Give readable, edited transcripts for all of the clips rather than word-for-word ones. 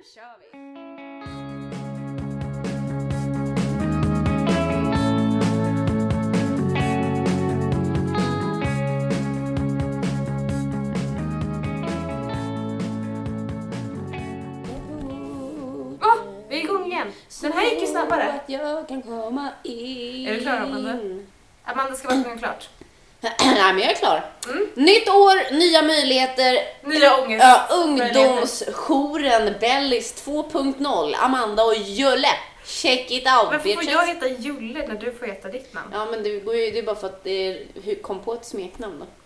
kör vi! Vi är igång igen. Den här gick ju snabbare. Att jag kan komma in. Är du klar, Amanda? Amanda ska vara klar. Nej, men jag är klar. Nytt år, nya möjligheter. Nya ångest. Ja, ungdomsjouren Bellis 2.0. Amanda och Julle. Check it out. Varför får jag heta Julle när du får heta ditt namn? Ja, men det är bara för att det kom på ett smeknamn då.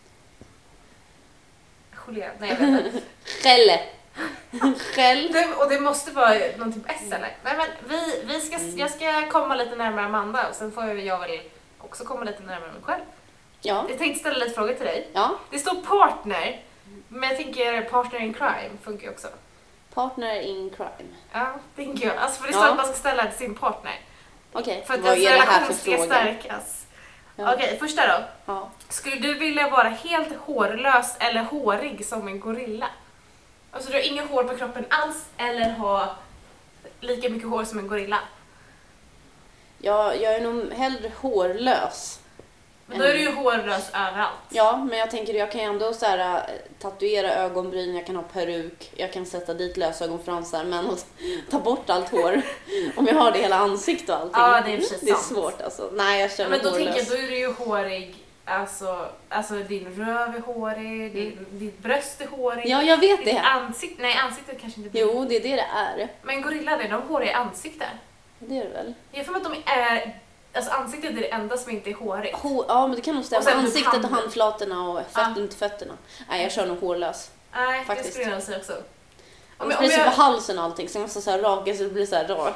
Julia. Nej, jag vet inte. Skälle. Skäll. Och det måste vara någon typ S eller? Nej, men jag ska komma lite närmare Amanda och sen får jag väl också komma lite närmare mig själv. Ja. Jag tänkte ställa lite frågor till dig. Ja. Det står partner, men jag tänker partner in crime funkar ju också. Partner in crime. Ja, tänker jag. Alltså för det står att man ska ställa till sin partner. Okej, För att vad är det här för ska fråga? stärkas. Ja. Okej, första då. Ja. Skulle du vilja vara helt hårlös eller hårig som en gorilla? Alltså du har inga hår på kroppen alls eller ha lika mycket hår som en gorilla? Jag är nog hellre hårlös. Men då är du ju hårlös överallt. Ja, men jag tänker jag kan ju ändå så här, tatuera ögonbryn, jag kan ha peruk, jag kan sätta dit lösögonfransar, men att ta bort allt hår om jag har det hela ansiktet och allting. Ja, det är precis det är sant. svårt alltså. Nej, jag känner Men då hårlös. tänker jag, då är du ju hårig. Alltså din röv är hårig, ditt bröst är hårig. Ja, jag vet ditt det. ansiktet kanske inte blir. Jo, det är det är. Men gorilla, de har håriga ansikten. Det är det väl. Jag får att de är, alltså ansiktet är det enda som inte är hårigt. Ja, men det kan nog Och stämma. sen Ansiktet och handen. handflatorna och fötterna till fötterna. Nej, jag kör nog hårlös. Nej, Faktiskt. det skulle jag nog säga också. Om jag sprider på halsen och allting så jag måste så här raka så det blir så här rakt.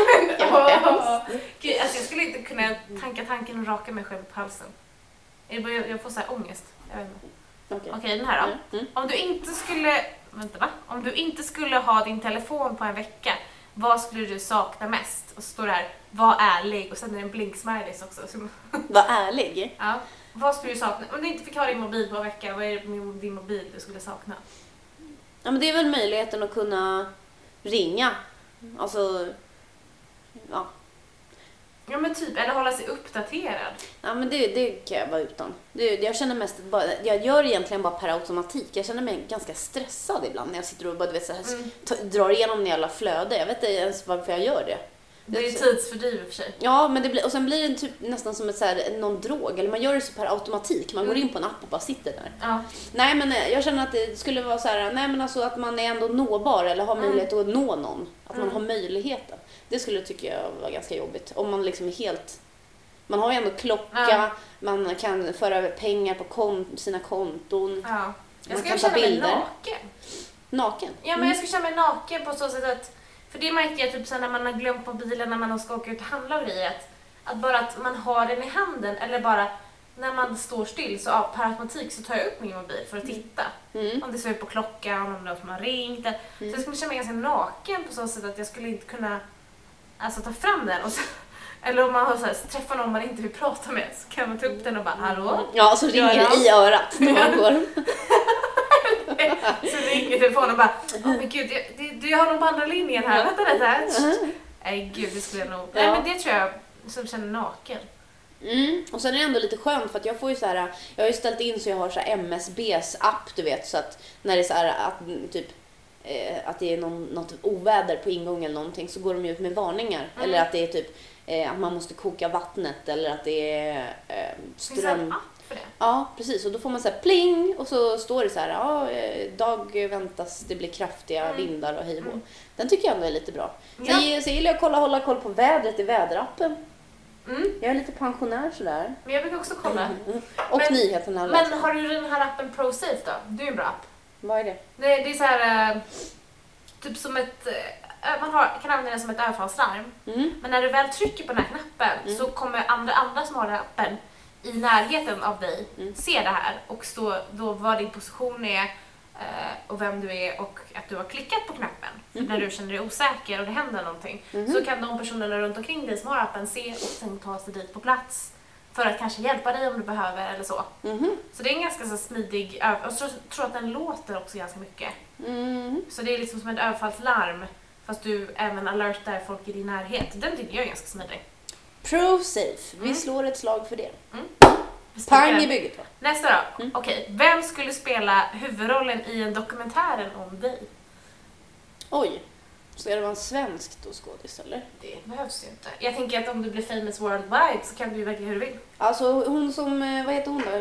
Gud, alltså jag skulle inte kunna tanka tanken och raka mig själv på halsen. Jag får så här ångest. Jag vet inte. Okej, den här då. Om du inte skulle ha din telefon på en vecka, vad skulle du sakna mest? Och så står det här, var ärlig, och sen är det en blinksmileys också. Var ärlig? Ja. Vad skulle du sakna? Om du inte fick ha din mobil på en vecka, vad är det med din mobil du skulle sakna? Ja, men det är väl möjligheten att kunna ringa. Alltså, ja. Ja, men typ, eller hålla sig uppdaterad. Ja, men det kan jag vara utan. Jag känner mest jag gör egentligen bara per automatik. Jag känner mig ganska stressad ibland när jag sitter och bara, du vet, så här, drar igenom en jävla flöde. Jag vet inte ens varför jag gör det. Det är ju tidsfördriv i och för sig. Ja, men och sen blir det typ nästan som ett så här, någon drog. Eller man gör det så per automatik. Man går in på en app och bara sitter där. Ja. Nej, men jag känner att det skulle vara så här, nej men alltså att man är ändå nåbar eller har möjlighet att nå någon. Att man har möjligheten. Det skulle tycka jag var ganska jobbigt. Om man liksom är helt... Man har ju ändå klocka, man kan föra över pengar på sina konton. Ja. Jag kan ska ta känna mig bilder. naken. Naken? Ja, men jag ska känna mig naken på så sätt att... För det märker jag typ så när man har glömt mobilen när man ska åka ut och handla och grejer. Att bara att man har den i handen eller bara när man står still så per automatik så tar jag upp min mobil för att titta. Om det står på klockan, om det är någon som har ringt. Så jag skulle känna mig ganska naken på så sätt att jag skulle inte kunna alltså, ta fram den. Och så, eller om man har så här, träffar någon man inte vill prata med så kan man ta upp den och bara hallå? Ja, så ringer det i örat när man går. Så ringer telefonen och bara men gud, jag har någon på andra linjen här. Vänta lite. Nej gud, det skulle jag nog... Nej, men det tror jag som känner naken. Och sen är det ändå lite skönt för att jag får ju så här, jag har ju ställt in så jag har så här MSBs app, du vet, så att när det är så här att typ att det är något oväder på ingång eller någonting så går de ut med varningar eller att det är typ att man måste koka vattnet eller att det är ström. Finns det en app för det? Ja, precis, och då får man så här pling och så står det så här dag väntas det blir kraftiga vindar och hej och Den tycker jag ändå är lite bra. Sen gillar jag att hålla koll på vädret i väderappen. Jag är lite pensionär sådär. Men jag brukar också kolla. Och nyheterna. Men har du den här appen ProSafe då? Det är ju en bra app. Vad är det? Det är så här typ som ett... Man kan använda den som ett överfallslarm. Men när du väl trycker på den här knappen så kommer andra som har den här appen i närheten av dig se det här och då vad din position är och vem du är och att du har klickat på knappen. För när du känner dig osäker och det händer någonting så kan de personerna runt omkring dig som har appen se och sen ta sig dit på plats för att kanske hjälpa dig om du behöver eller så. Mhm. Så det är en ganska så smidig och så tror att den låter också ganska mycket. Mm. Så det är liksom som ett överfallslarm fast du även alertar folk i din närhet. Den tycker jag är ganska smidig. Pro-safe. Vi slår ett slag för det. Pang i bygget va? Nästa då. Okej, vem skulle spela huvudrollen i en dokumentären om dig? Oj. Ska det vara en svensk då skådis eller? Det behövs ju inte. Jag tänker att om du blir famous worldwide så kan du ju välja hur du vill. Alltså hon som, vad heter hon då?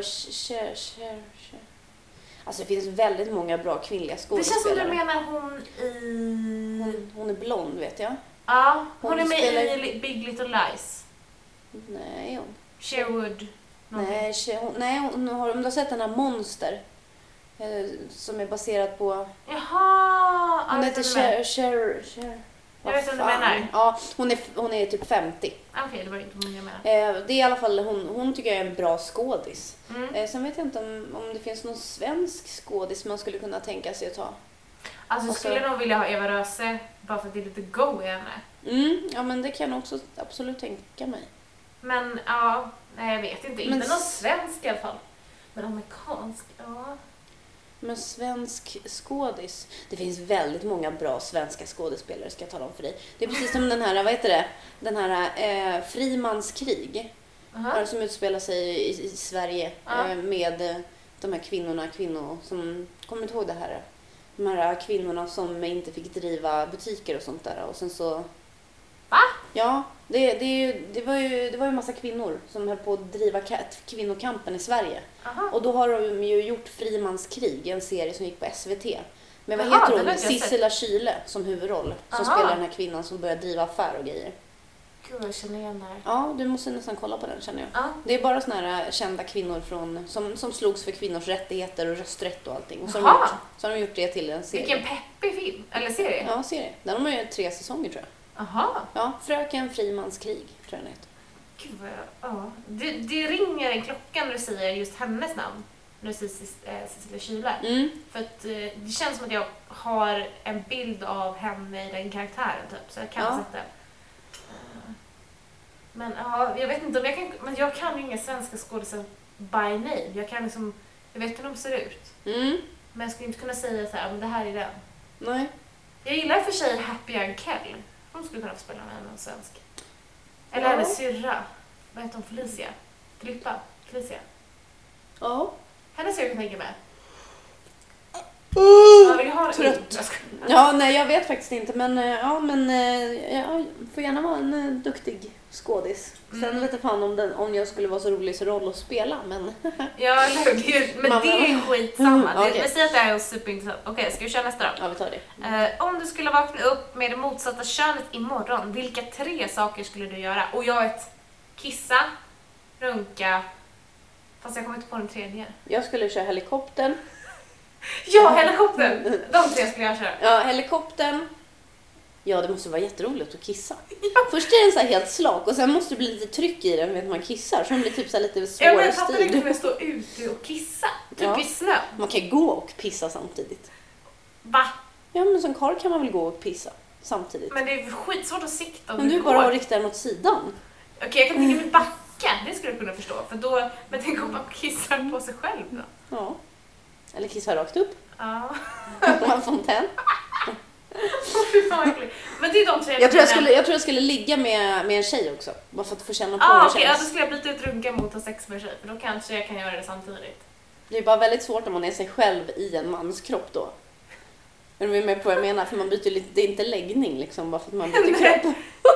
Alltså det finns väldigt många bra kvinnliga Det skådespelare. känns som du menar hon i... Hon är blond vet jag. Ja, hon är med spelar- i Big Little Lies. Nej hon. Sherwood. Hon har, om du har sett den här Monster. Som är baserad på... Jaha! Hon heter Cher. Jag vet vad du menar. Ja, hon är typ 50. Okej, det var inte hon jag menade. Det är i alla fall, hon tycker jag är en bra skådis. Mm. Sen vet jag inte om det finns någon svensk skådis man skulle kunna tänka sig att ta. Alltså skulle nog vilja ha Eva Röse bara för att det är lite go i henne. Ja men det kan jag också absolut tänka mig. Men ja, nej jag vet inte. Men Inte någon svensk i alla fall. Men amerikansk, ja. Men svensk skådis. Det finns väldigt många bra svenska skådespelare ska jag tala om för dig. Det är precis som den här, vad heter det? Den här Frimans krig. Som utspelar sig i Sverige med de här kvinnor som, kommer inte ihåg det här? De här kvinnorna som inte fick driva butiker och sånt där. Och sen så... Va? Ja, det var ju en massa kvinnor som höll på att driva kvinnokampen i Sverige. Aha. Och då har de ju gjort Frimans krig, en serie som gick på SVT. Men vad Jaha, heter den hon? har inte jag Sissela Kyle som huvudroll. Som Aha. spelar den här kvinnan som börjar driva affär och grejer. Gud, jag känner igen det här. Ja, du måste nästan kolla på den känner jag. Ja. Det är bara såna här kända kvinnor som slogs för kvinnors rättigheter och rösträtt och allting. Och så Jaha. har de gjort det till en serie. Vilken peppig film, eller serie. Ja, serie. Den har man ju 3 säsonger tror jag. Aha. Ja, Fröken Frimans krig tror jag den heter. Gud vad ja. Det ringer en klocka när du säger just hennes namn. När du säger Cecilia Kyle. För att det känns som att jag har en bild av henne i den karaktären typ. Så jag kan ha sett den. Men ja, jag vet inte om jag kan... Men jag kan ju inga svenska skådespelare by name. Jag vet hur de ser ut. Men jag skulle inte kunna säga så här, men det här är den. Nej. Jag gillar för sig Happy Young Kell. Hon skulle kunna få spela med en svensk. Eller hennes syrra. Vad heter hon? Ja. Hennes syrra kan jag tänka med. Ja, vill jag ha trött. Ja, nej jag vet faktiskt inte men jag får gärna vara en duktig skådis. Sen vet jag fan om jag skulle vara så rolig så roll att spela men Ja, eller hur? Men det är skitsamma. Okay. Vi säger att det här är superintressant. Okej, ska vi köra nästa då? Ja, vi tar det. Om du skulle vakna upp med det motsatta könet imorgon, vilka 3 saker skulle du göra? Och jag vet, kissa, runka, fast jag kommer inte på den 3:e. Jag skulle köra helikoptern. Ja, helikoptern! De 3 skulle jag köra. Ja, helikoptern. Ja, det måste vara jätteroligt att kissa. Först är den så här helt slak och sen måste det bli lite tryck i den när man kissar. Så den blir typ så här lite svår Ja, men jag att fattar styra. inte om jag står ute och kissa. Typ i snö. Man kan gå och pissa samtidigt. Va? Ja, men som karl kan man väl gå och pissa samtidigt. Men det är skitsvårt att sikta om Men du bara riktar den åt sidan. Okej, jag kan tänka mig backa. Det skulle jag kunna förstå. För då, men tänk om man kissar på sig själv då. Ja. Eller kissa rakt upp. Ja. En fontän. Fy fan vad äckligt. Men det är de 3 Jag tror jag skulle ligga med en tjej också. Bara för att få känna på hur det okej, ja, känns. då skulle jag byta ut runka mot att ha sex med tjej. För då kanske jag kan göra det samtidigt. Det är bara väldigt svårt om man är sig själv i en mans kropp då. Är du med på vad jag menar? För man byter lite, det är inte läggning liksom bara för att man byter kropp.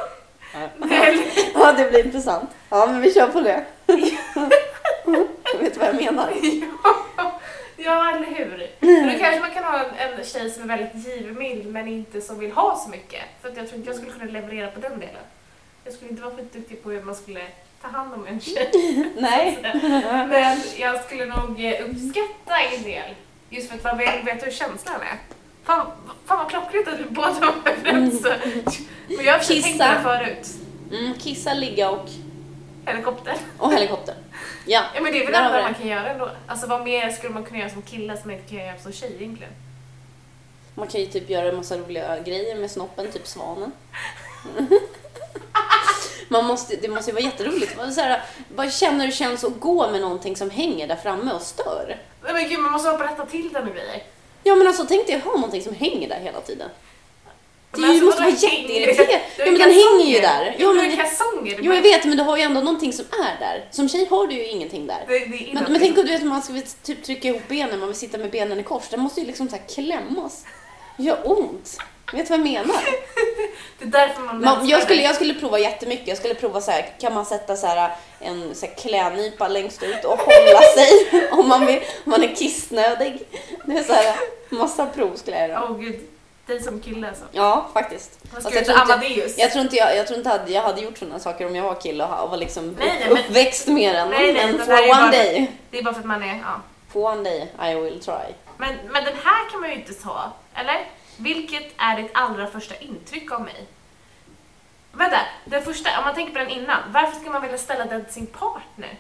Ja, det blir intressant. Ja, men vi kör på det. Vet du vad jag menar? Ja, eller hur? Men då kanske man kan ha en tjej som är väldigt givmild men inte som vill ha så mycket. För att jag tror inte jag skulle kunna leverera på den delen. Jag skulle inte vara skitduktig på hur man skulle ta hand om en tjej. Nej. Men jag skulle nog uppskatta en del. Just för att man vet hur känslan är. Fan vad klockrent att du båda var överens. Men jag har tänkt på det förut. Kissa, ligga och Helikopter. helikopter. Ja. Ja, men det är väl det man kan göra ändå. Alltså vad mer skulle man kunna göra som kille som man inte kan göra som tjej egentligen? Man kan ju typ göra en massa roliga grejer med snoppen, typ svanen. det måste ju vara jätteroligt. Vad känner du känns att gå med någonting som hänger där framme och stör? Nej men gud, man måste bara rätta till den och grejer. Ja men alltså tänkte jag ha någonting som hänger där hela tiden. Det Men måste vara jätteirriterande. Ja men den hänger ju där. Ja, men kalsonger. Jo jag vet, men du har ju ändå någonting som är där. Som tjej har du ju ingenting där. Men tänk om du vet, man ska typ trycka ihop benen, man vill sitta med benen i kors. Det måste ju liksom så här klämmas. Det gör ont. Vet du vad jag menar? Det är därför jag skulle prova jättemycket. Jag skulle prova så här, kan man sätta så här en så här klädnypa längst ut och hålla sig om man är kissnödig. Det är så här massa prov skulle jag göra. Åh gud, det är som kille alltså. Ja, faktiskt. Alltså, jag tror inte jag hade gjort sådana saker om jag var kille och var liksom uppväxt med den. Men for one day. Det är bara för att man är, ja. For one day I will try. Men den här kan man ju inte ta, eller? Vilket är ditt allra första intryck av mig? Vänta, den första, om man tänker på den innan, varför ska man vilja ställa den till sin partner?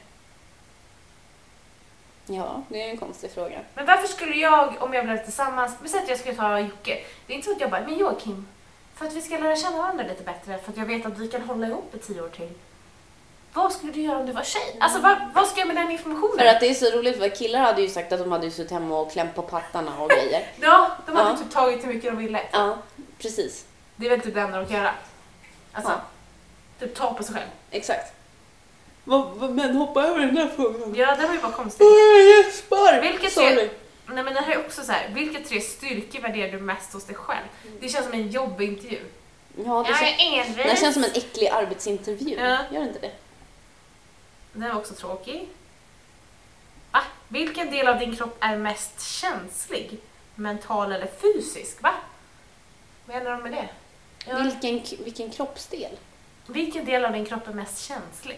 Ja, det är en konstig fråga. Men varför skulle jag, om jag blev tillsammans, men säg att jag skulle ta Jocke. Det är inte så att jag bara, men Joakim, för att vi ska lära känna varandra lite bättre, för att jag vet att vi kan hålla ihop i 10 år till. Vad skulle du göra om du var tjej? Alltså vad ska jag med den informationen? För att det är så roligt, för killar hade ju sagt att de hade suttit hemma och klämt på pattarna och grejer. Ja, de hade typ tagit hur mycket de ville. Ja, precis. Det är väl typ det enda de kan göra. Alltså, typ ta på sig själv. Exakt. Men hoppa över den där frågan. Ja, det var ju bara konstigt. Nej, men det här är också så här, vilka 3 styrkor värderar du mest hos dig själv? Det känns som en jobbintervju. Ja, det känns som en äcklig arbetsintervju. Ja. Gör inte det? Den var också tråkig. Va? Vilken del av din kropp är mest känslig? Mental eller fysisk? Va? Vad menar de med det? Ja. Vilken kroppsdel? Vilken del av din kropp är mest känslig?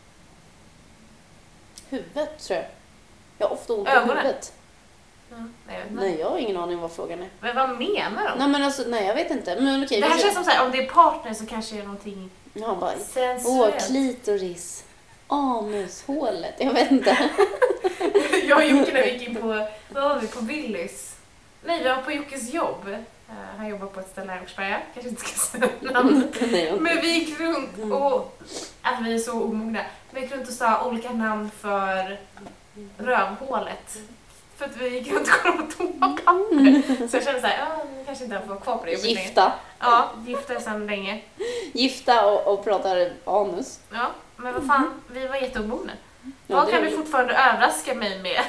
Huvudet, tror jag. Jag har ofta ont i huvudet. Ja, nej, jag har ingen aning vad frågan är. Men vad menar de? Nej, men alltså, nej, jag vet inte. Men okej, det här känns som så här, om det är partner så kanske det är någonting sensuellt. Klitoris. Anushålet. Jag vet inte. Jag och Jocke när vi gick in på, vad var vi, på Willys? Nej, vi var på Jockes jobb. Han jobbar på ett ställe här i Åkersberga. Kanske inte ska säga namnet. Men vi gick runt och, att vi är så omogna. Vi gick runt och sa olika namn för rövhålet. För att vi gick runt och kollade på toapapper. Så jag kände såhär, kanske inte jag får vara kvar på det. Gifta. Ja, gifta sedan länge. Gifta och pratar anus. Ja, men vad fan, vi var jätteomogna. Vad kan du fortfarande överraska mig med?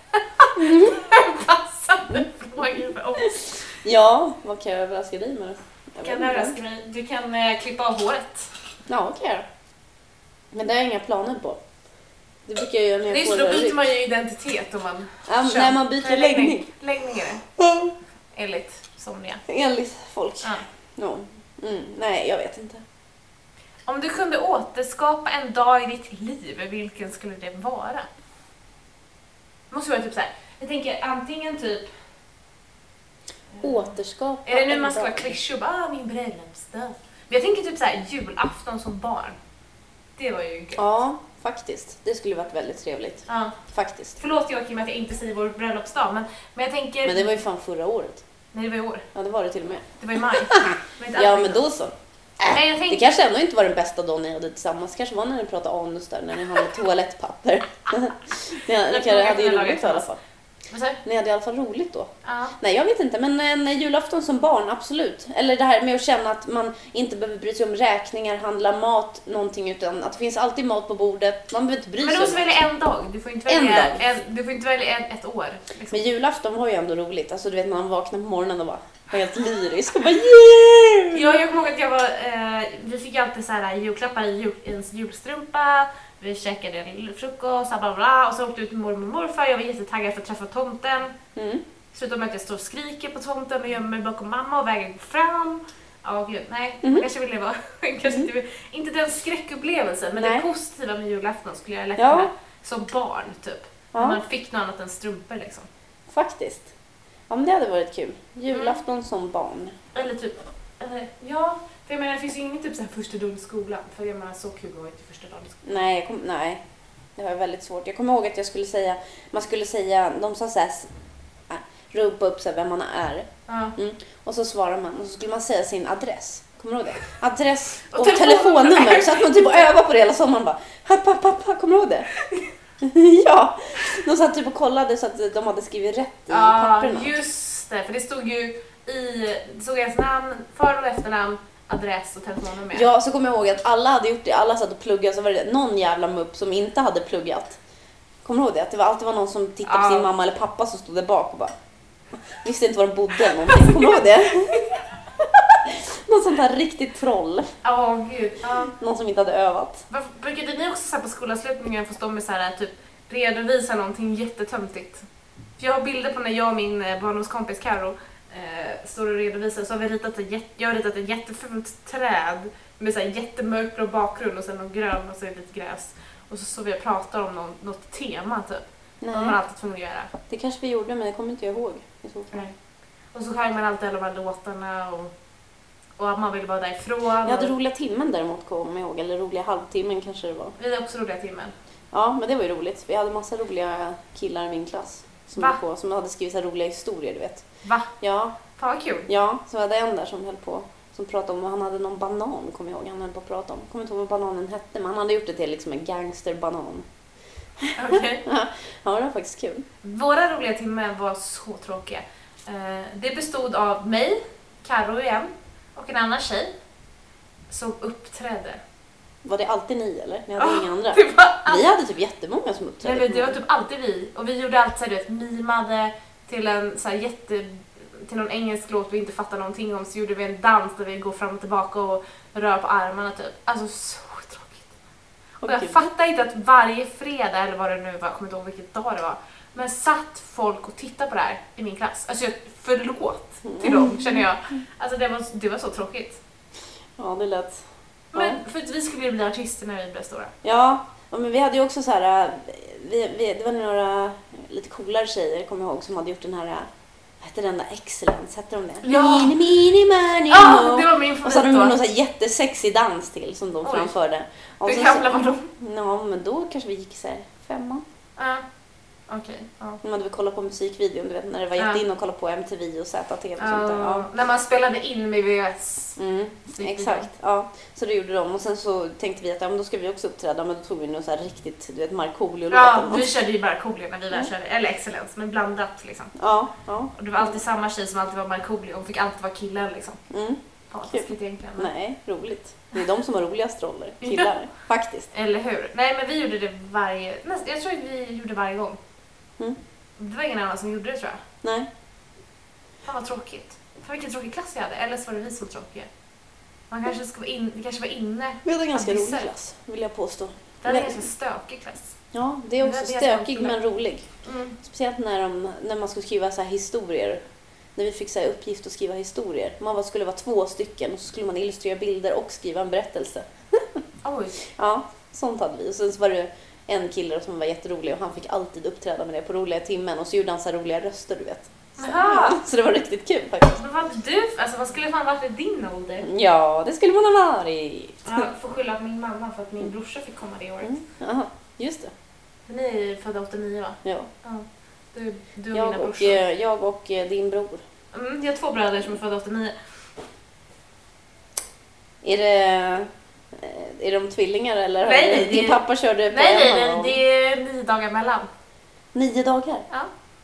Passande frågor för oss. Ja, vad kan jag överraska dig med? Du kan klippa av håret. Ja, okej. Men det har jag inga planer på. Det brukar jag göra när jag får då byter man ju identitet om man kör. När man byter läggning. Läggning är det. Enligt somniga. Enligt folk. Ja. No. Nej, jag vet inte. Om du kunde återskapa en dag i ditt liv, vilken skulle det vara? Det måste vara typ så här. Jag tänker antingen typ återskapa. Är det nu man ska vara klyschig och bara min bröllopsdag? Men jag tänker typ så här julafton som barn. Det var ju gött. Ja, faktiskt. Det skulle varit väldigt trevligt. Ja. Faktiskt. Förlåt Joakim att jag inte säger vår bröllopsdag, men jag tänker... Men det var ju fan förra året. Nej, det var i år. Ja, det var det till och med. Det var i maj. Ja, men då så. Nej, jag tänker... Det kanske ändå inte var den bästa dagen ni hade tillsammans. Det kanske var när ni pratade anus där, när ni hade toalettpapper. Ni hade ju roligt i alla fall. Ni hade i alla fall roligt då. Ja. Nej, jag vet inte. Men julafton som barn, absolut. Eller det här med att känna att man inte behöver bry sig om räkningar, handla mat, någonting. Utan att det finns alltid mat på bordet. Man behöver inte bry sig. Men du måste välja en dag. Du får inte välja ett år. Liksom. Men julafton var ju ändå roligt. Alltså du vet, man vaknar på morgonen och bara helt lyrisk och bara yeah! Ja, jag kommer ihåg att jag var... vi fick alltid så här julklappar i ens julstrumpa. Vi käkade frukost, bla bla, och så åkte ut med mormor och morfar. Jag var jättetaggad för att träffa tomten. Slutar med att jag står och skriker på tomten och gömmer mig bakom mamma och vägen går fram. Ja, gud, nej. Kanske ville vara... inte den skräckupplevelsen, men det positiva med julafton skulle jag lätta med som barn, typ. När man fick något annat än strumpor, liksom. Faktiskt. Ja, men det hade varit kul. Julafton som barn. Eller typ... ja... För jag menar, det finns ju ingen typ så här första dagen i skolan. För jag menar, så kul var inte första dagen i skolan. Nej, det var väldigt svårt. Jag kommer ihåg att man skulle säga, de sa såhär, ropa upp så här, vem man är. Och så svarar man, och så skulle man säga sin adress. Kommer du ihåg det? Adress och telefonnummer. Så att man typ övar på det hela sommaren. Bara, pappa, kommer du ihåg det? Ja. De satt typ och kollade så att de hade skrivit rätt i papperna. Ja, just det. För det stod ju det stod ens namn, för- och efternamn, adress och telefonnummer. Ja, så kommer jag ihåg att alla hade gjort det. Alla satt och pluggade. Så var det någon jävla mupp som inte hade pluggat. Kommer du ihåg det? Att det alltid var någon som tittade på sin mamma eller pappa som stod där bak och bara visste inte var de bodde eller någonting. Kommer du ihåg det? Någon sånt här riktigt troll. Gud. Någon som inte hade övat. Brukade ni också så här på skolavslutningen få stå med så här typ redovisa någonting jättetöntigt? För jag har bilder på när jag och min barndomskompis Karo står och redovisar, så har vi ritat jag har ritat ett jättefult träd med så här jättemörkblå bakgrund och sen någon grön och så är det lite gräs. Och så står vi och pratar om något tema typ. Nej. Det har man alltid tvungen att göra. Det kanske vi gjorde, men det kommer inte jag ihåg i så fall. Nej. Och så sjöng man alltid alla de här låtarna och att man ville vara därifrån. Vi hade roliga timmen däremot, kommer jag ihåg. Eller roliga halvtimmen kanske det var. Vi hade också roliga timmen. Ja, men det var ju roligt. Vi hade massa roliga killar i min klass. Som hade skrivit så här roliga historier, du vet. Va? Ja. Fan vad kul. Ja, så var det en där som höll på. Som pratade om, han hade någon banan, kommer jag ihåg. Han höll på att prata om. Kommer inte ihåg vad bananen hette, men han hade gjort det till liksom en gangsterbanan. Okej. Ja, det var faktiskt kul. Våra roliga timmar var så tråkiga. Det bestod av mig, Karo igen, och en annan tjej som uppträdde. Var det alltid ni eller? Ni hade inga andra? Vi hade typ jättemånga som uppträdde. Nej, men det var typ alltid vi. Och vi gjorde allt så här, du vet, mimade till en så här till någon engelsk låt vi inte fattar någonting om, så gjorde vi en dans där vi går fram och tillbaka och rör på armarna typ. Alltså så tråkigt. Och jag fattar inte att varje fredag eller vad det nu var, jag kommer inte ihåg vilket dag det var, men satt folk och tittade på det här i min klass. Alltså förlåt till dem, känner jag. Alltså det var så tråkigt. Ja, det lät. Men för att vi skulle bli artister när vi blev stora. Ja, men vi hade ju också så här, det var några lite coolare tjejer, kommer jag ihåg, som hade gjort den här, hette den där Excellence, hette de det? Ja! Det var min favorit. Och så hade de någon så här jättesexig dans till som de framförde. Och hur gamla var de? Ja, men då kanske vi gick så här 5. Ja. Okej. Man hade väl kollat på musikvideon, du vet, när det var jättein att kolla på MTV och ZT och sånt där. Ja. När man spelade in med VHS. Exakt, ja. Så det gjorde de. Och sen så tänkte vi att då ska vi också uppträda, men då tog vi nog så här riktigt, du vet, Markoolio. Ja, vi körde ju Markoolio när vi väl körde, eller Excellence, men blandat liksom. Ja. Och det var alltid samma tjej som alltid var Markoolio, hon fick alltid vara killen liksom. Taskigt egentligen. Nej, roligt. Det är de som har roligast roller, killar, faktiskt. Eller hur? Nej, men vi gjorde det jag tror att vi gjorde varje gång. Det var ingen annan som gjorde det, tror jag. Nej. Fan vad tråkigt. Fan vilken tråkig klass jag hade. Eller så var det vi som var tråkiga. Vi kanske var inne. Vi hade en ganska rolig klass, vill jag påstå. Det hade en ganska stökig klass. Ja, det är också stökig men rolig. Speciellt när man skulle skriva så här historier. När vi fick så här uppgift att skriva historier. Man skulle vara 2 stycken och så skulle man illustrera bilder och skriva en berättelse. Oj. Ja, sånt hade vi. Och sen så var det en kille som var jätterolig och han fick alltid uppträda med det på roliga timmen. Och så gjorde han så här roliga röster, du vet. Så det var riktigt kul faktiskt. Men vad skulle fan varit i din ålder? Ja, det skulle man ha varit. Jag får skylla på min mamma för att min brorsa fick komma det året. Jaha, just det. För ni är ju födda 89, va? Ja. Du och mina brorsor. Jag och din bror. Jag har 2 bröder som är födda 89. Är de tvillingar eller? Nej, din pappa körde på Nej, det är 9 dagar mellan. 9 dagar? Ja.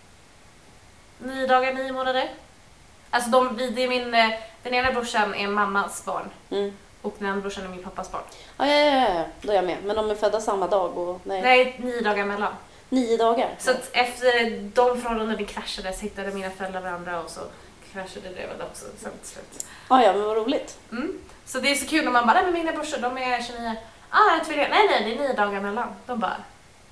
9 dagar, 9 månader. Alltså det är den ena brorsan är mammas barn. Och den andra brorsan är min pappas barn. Ja, då är jag med. Men de är födda samma dag och nej 9 dagar mellan. 9 dagar? Så att efter de förhållandena kraschade så hittade mina föräldrar varandra och så kraschade det väl också sen till slut. Ja, men vad roligt. Så det är så kul när man bara, men mina brorsor, de är 29. Nej, det är 9 dagar mellan. De bara...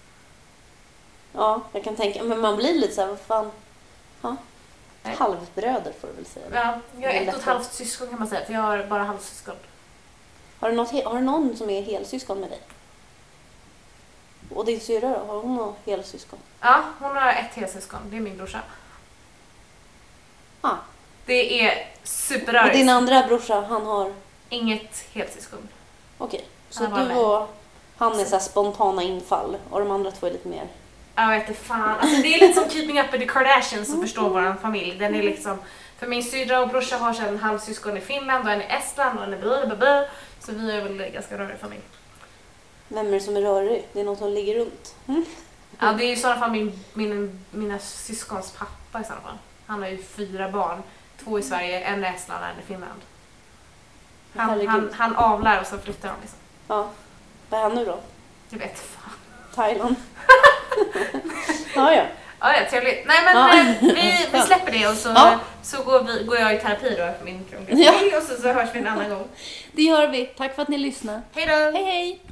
Ja, jag kan tänka, men man blir lite så här, vad fan... Ja. Halvbröder får du väl säga. Ja, jag är 1,5 syskon kan man säga, för jag har bara halvsyskon. Har du någon som är helsyskon med dig? Och din syrra då? Har hon någon helsyskon? Ja, hon har 1 helsyskon. Det är min brorsa. Det är superrörigt. Och din andra brorsa, han har? Inget helsyskon. Okej, så du och han är så här spontana infall och de andra 2 är lite mer? Jag vet inte fan. Alltså, det är lite som Keeping Up with the Kardashians som förstår vår familj. Den är liksom För min syrra och brorsa har sedan halvsyskon i Finland och en i Estland och en i blablabla. Så vi är väl ganska rörig familj. Vem är det som är rörig? Det är någon som ligger runt. Ja, det är i sådana fall mina syskons pappa i sådana fall. Han har ju 4 barn. 2 i Sverige, en i Estland och en i Finland. Han avlar och så flyttar han liksom. Ja. Vad är han nu då? Jag vet fan. Thailand. Ja. Ja, trevligt. Nej, men vi släpper det och så går jag i terapi då för min krångel. Ja. Och så hörs vi en annan gång. Det gör vi. Tack för att ni lyssnade. Hej då! Hej hej!